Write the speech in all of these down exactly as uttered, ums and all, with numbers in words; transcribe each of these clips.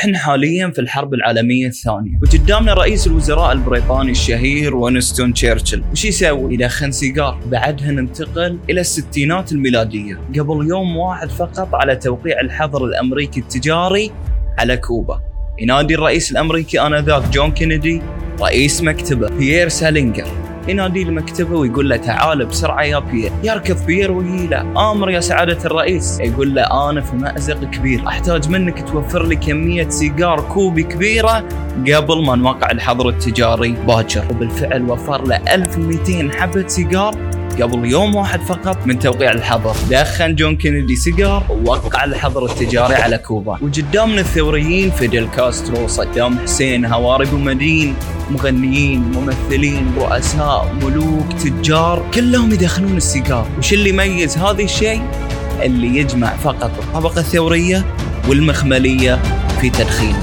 احنا حاليا في الحرب العالمية الثانية، وقدامنا رئيس الوزراء البريطاني الشهير وينستون تشرشل. وش يسوي؟ يدخن سيجار. بعدها ننتقل إلى الستينات الميلادية، قبل يوم واحد فقط على توقيع الحظر الأمريكي التجاري على كوبا. ينادي الرئيس الأمريكي آنذاك جون كينيدي رئيس مكتبه بيير سالينجر، ينادي لمكتبه ويقول له تعال بسرعة يا بيير. يركض بيير ويقول له آمر يا سعادة الرئيس. يقول له أنا في مأزق كبير، أحتاج منك توفر لي كمية سيجار كوبي كبيرة قبل ما نوقع الحظر التجاري باكر. وبالفعل وفر له ألف ومئتين حبة سيجار قبل يوم واحد فقط من توقيع الحظر. دخن جون كينيدي سيجار ووقع الحظر التجاري على كوبا. وقدامنا الثوريين فيدل كاسترو، صدام حسين، هواري بومدين، مغنيين، ممثلين، رؤساء، ملوك، تجار، كلهم يدخنون السيجار. وش اللي يميز هذا الشيء؟ اللي يجمع فقط الطبقة الثورية والمخملية في تدخينه.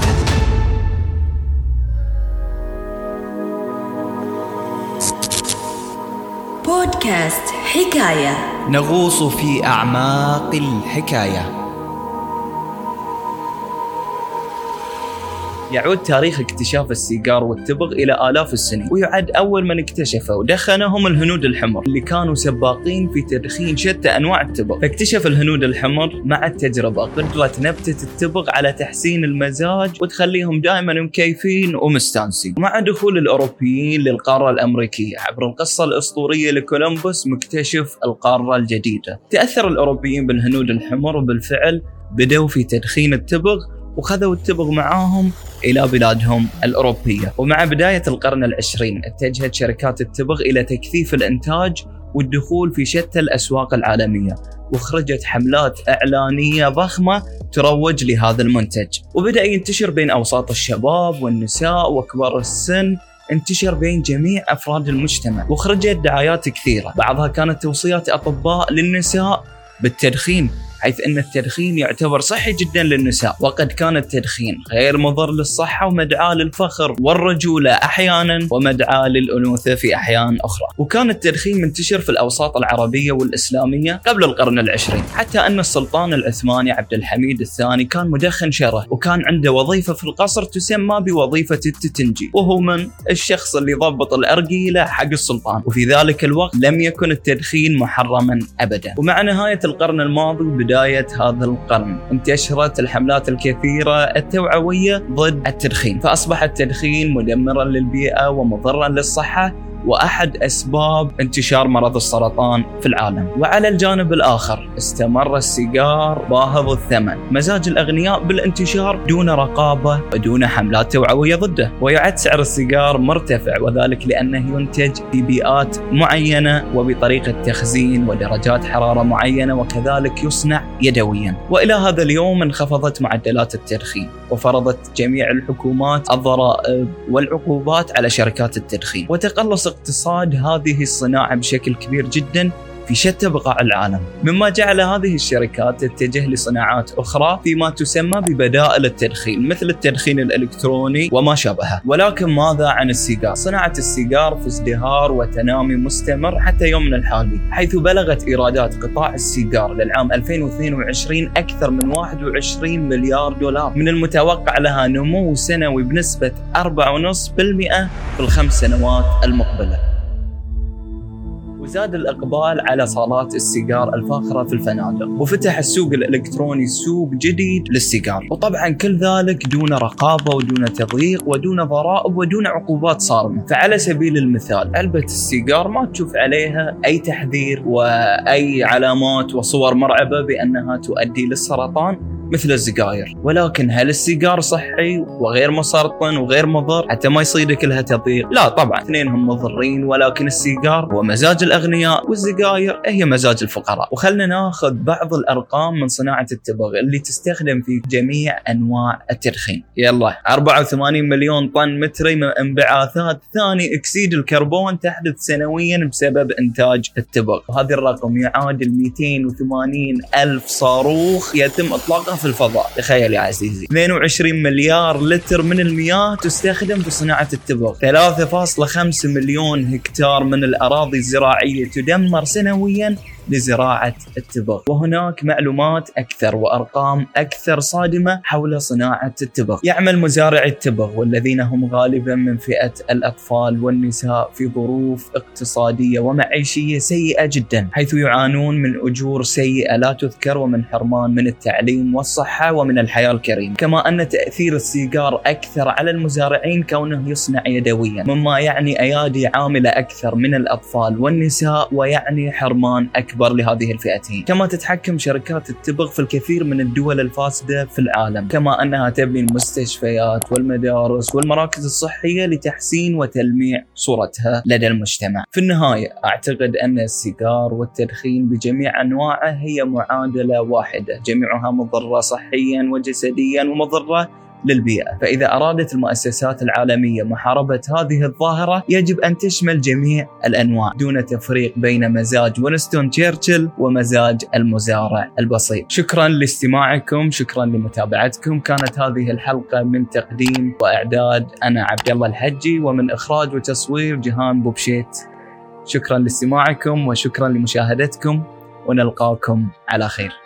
بودكاست حكاية، نغوص في أعماق الحكاية. يعود تاريخ اكتشاف السيجار والتبغ إلى آلاف السنين، ويعد أول من اكتشفه ودخنهم الهنود الحمر اللي كانوا سباقين في تدخين شتى أنواع التبغ. فاكتشف الهنود الحمر مع التجربة قدرة نبتة التبغ على تحسين المزاج وتخليهم دائما مكيفين ومستانسين. مع دخول الأوروبيين للقارة الأمريكية عبر القصة الأسطورية لكولومبوس مكتشف القارة الجديدة، تأثر الأوروبيين بالهنود الحمر وبالفعل بدأوا في تدخين التبغ وخذوا التبغ معاهم إلى بلادهم الأوروبية. ومع بداية القرن العشرين اتجهت شركات التبغ إلى تكثيف الإنتاج والدخول في شتى الأسواق العالمية، وخرجت حملات إعلانية ضخمة تروج لهذا المنتج، وبدأ ينتشر بين أوساط الشباب والنساء وكبار السن، انتشر بين جميع أفراد المجتمع، وخرجت دعايات كثيرة بعضها كانت توصيات أطباء للنساء بالتدخين، حيث أن التدخين يعتبر صحي جدا للنساء، وقد كان التدخين غير مضر للصحة ومدعاة للفخر والرجولة أحيانا ومدعاة للأنوثة في أحيان أخرى. وكان التدخين منتشر في الأوساط العربية والإسلامية قبل القرن العشرين، حتى أن السلطان العثماني عبد الحميد الثاني كان مدخن شره، وكان عنده وظيفة في القصر تسمى بوظيفة التتنجي، وهو من الشخص اللي ضبط الأرجيلة حق السلطان. وفي ذلك الوقت لم يكن التدخين محرما أبدا. ومع نهاية القرن الماضي بداية هذا القرن انتشرت الحملات الكثيرة التوعوية ضد التدخين، فأصبح التدخين مدمرا للبيئة ومضرا للصحة وأحد أسباب انتشار مرض السرطان في العالم. وعلى الجانب الآخر استمر السيجار باهظ الثمن، مزاج الأغنياء بالانتشار دون رقابة ودون حملات توعوية ضده. ويعد سعر السيجار مرتفع، وذلك لأنه ينتج في بيئات معينة وبطريقة تخزين ودرجات حرارة معينة، وكذلك يصنع يدويا. وإلى هذا اليوم انخفضت معدلات التدخين، وفرضت جميع الحكومات الضرائب والعقوبات على شركات التدخين، وتقلص اقتصاد هذه الصناعة بشكل كبير جدا في شتى بقاع العالم، مما جعل هذه الشركات تتجه لصناعات أخرى فيما تسمى ببدائل التدخين مثل التدخين الإلكتروني وما شابهه. ولكن ماذا عن السيجار؟ صناعة السيجار في ازدهار وتنامي مستمر حتى يومنا الحالي، حيث بلغت إيرادات قطاع السيجار للعام ألفين واثنين وعشرين أكثر من واحد وعشرين مليار دولار، من المتوقع لها نمو سنوي بنسبة أربعة فاصلة خمسة بالمئة في الخمس سنوات المقبلة. وزاد الإقبال على صالات السيجار الفاخرة في الفنادق، وفتح السوق الإلكتروني سوق جديد للسيجار، وطبعا كل ذلك دون رقابة ودون تضييق ودون ضرائب ودون عقوبات صارمة. فعلى سبيل المثال علبة السيجار ما تشوف عليها أي تحذير وأي علامات وصور مرعبة بأنها تؤدي للسرطان مثل السجاير، ولكن هل السيجار صحي وغير مسرطن وغير مضر حتى ما يصيدك لها تضييق؟ لا طبعا، اثنينهم مضرين، ولكن السيجار هو مزاج الأغنياء والسجاير هي مزاج الفقراء. وخلنا ناخذ بعض الأرقام من صناعة التبغ اللي تستخدم في جميع أنواع التدخين. يلا، أربعة وثمانين مليون طن متري من انبعاثات ثاني أكسيد الكربون تحدث سنويا بسبب إنتاج التبغ، وهذا الرقم يعادل مئتين وثمانين ألف صاروخ يتم إطلاقها في الفضاء. تخيل يا عزيزي، اثنين وعشرين مليار لتر من المياه تستخدم في صناعة التبغ، ثلاثة فاصلة خمسة مليون هكتار من الأراضي الزراعية تدمر سنويا لزراعة التبغ. وهناك معلومات أكثر وأرقام أكثر صادمة حول صناعة التبغ. يعمل مزارعي التبغ والذين هم غالبا من فئة الأطفال والنساء في ظروف اقتصادية ومعيشية سيئة جدا، حيث يعانون من أجور سيئة لا تذكر، ومن حرمان من التعليم والصحة ومن الحياة الكريمة. كما أن تأثير السيجار أكثر على المزارعين كونه يصنع يدويا، مما يعني أيادي عاملة أكثر من الأطفال والنساء، ويعني حرمان أكبر لهذه الفئتين. كما تتحكم شركات التبغ في الكثير من الدول الفاسدة في العالم، كما أنها تبني المستشفيات والمدارس والمراكز الصحية لتحسين وتلميع صورتها لدى المجتمع. في النهاية أعتقد أن السيجار والتدخين بجميع أنواعه هي معادلة واحدة، جميعها مضرة صحيا وجسديا ومضرة للبيئة. فإذا أرادت المؤسسات العالمية محاربة هذه الظاهرة يجب أن تشمل جميع الأنواع دون تفريق بين مزاج وينستون تشرشل ومزاج المزارع البسيط. شكرا لاستماعكم، شكرا لمتابعتكم. كانت هذه الحلقة من تقديم وإعداد أنا عبد الله الحجي، ومن إخراج وتصوير جهان بوبشيت. شكرا لاستماعكم وشكرا لمشاهدتكم، ونلقاكم على خير.